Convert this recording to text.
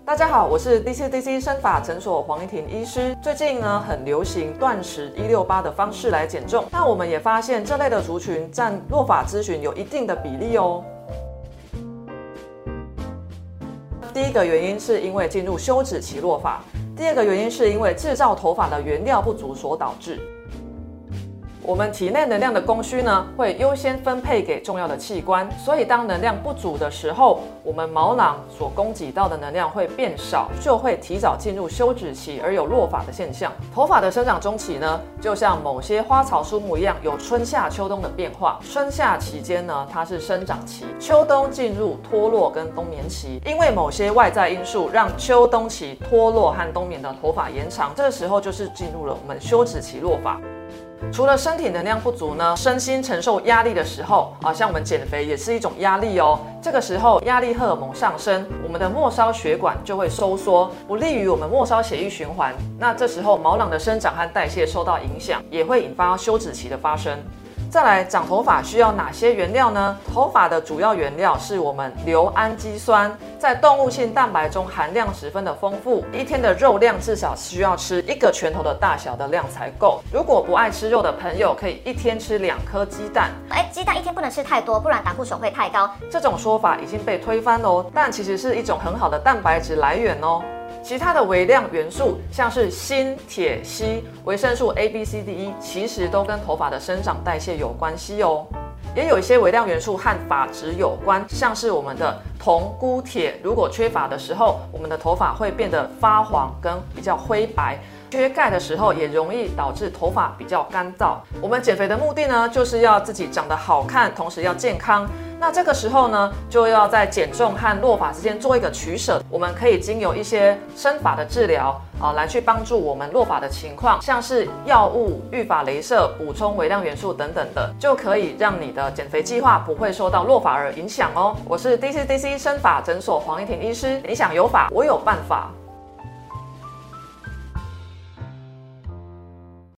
大家好，我是 DCDC 生发诊所黄怡婷医师。最近呢，很流行断食168的方式来减重，那我们也发现这类的族群占落发咨询有一定的比例哦。第一个原因是因为进入休止期落发，第二个原因是因为制造头发的原料不足所导致。我们体内能量的供需呢，会优先分配给重要的器官，所以当能量不足的时候，我们毛囊所供给到的能量会变少，就会提早进入休止期，而有落发的现象。头发的生长周期呢，就像某些花草树木一样，有春夏秋冬的变化。春夏期间呢，它是生长期；秋冬进入脱落跟冬眠期。因为某些外在因素让秋冬期脱落和冬眠的头发延长，这个时候就是进入了我们休止期落发。除了身体能量不足呢，身心承受压力的时候像我们减肥也是一种压力哦。这个时候压力荷尔蒙上升，我们的末梢血管就会收缩，不利于我们末梢血液循环。那这时候毛囊的生长和代谢受到影响，也会引发休止期的发生。再来，长头发需要哪些原料呢？头发的主要原料是我们硫氨基酸，在动物性蛋白中含量十分的丰富，一天的肉量至少需要吃1个拳头的大小的量才够。如果不爱吃肉的朋友，可以一天吃2颗鸡蛋。 鸡蛋一天不能吃太多，不然胆固醇会太高。 这种说法已经被推翻喽，但其实是一种很好的蛋白质来源哦。其他的微量元素，像是锌、铁、硒、维生素 A、B、C、D、E， 其实都跟头发的生长代谢有关系哦。也有一些微量元素和发质有关，像是我们的铜、钴、铁，如果缺乏的时候，我们的头发会变得发黄跟比较灰白。缺钙的时候也容易导致头发比较干燥。我们减肥的目的呢，就是要自己长得好看，同时要健康。那这个时候呢，就要在减重和落发之间做一个取舍。我们可以经由一些生发的治疗来去帮助我们落发的情况，像是药物、育发雷射、补充微量元素等等的，就可以让你的减肥计划不会受到落发而影响哦。我是 DCDC 生发诊所黄怡婷医师，你想有发，我有办法。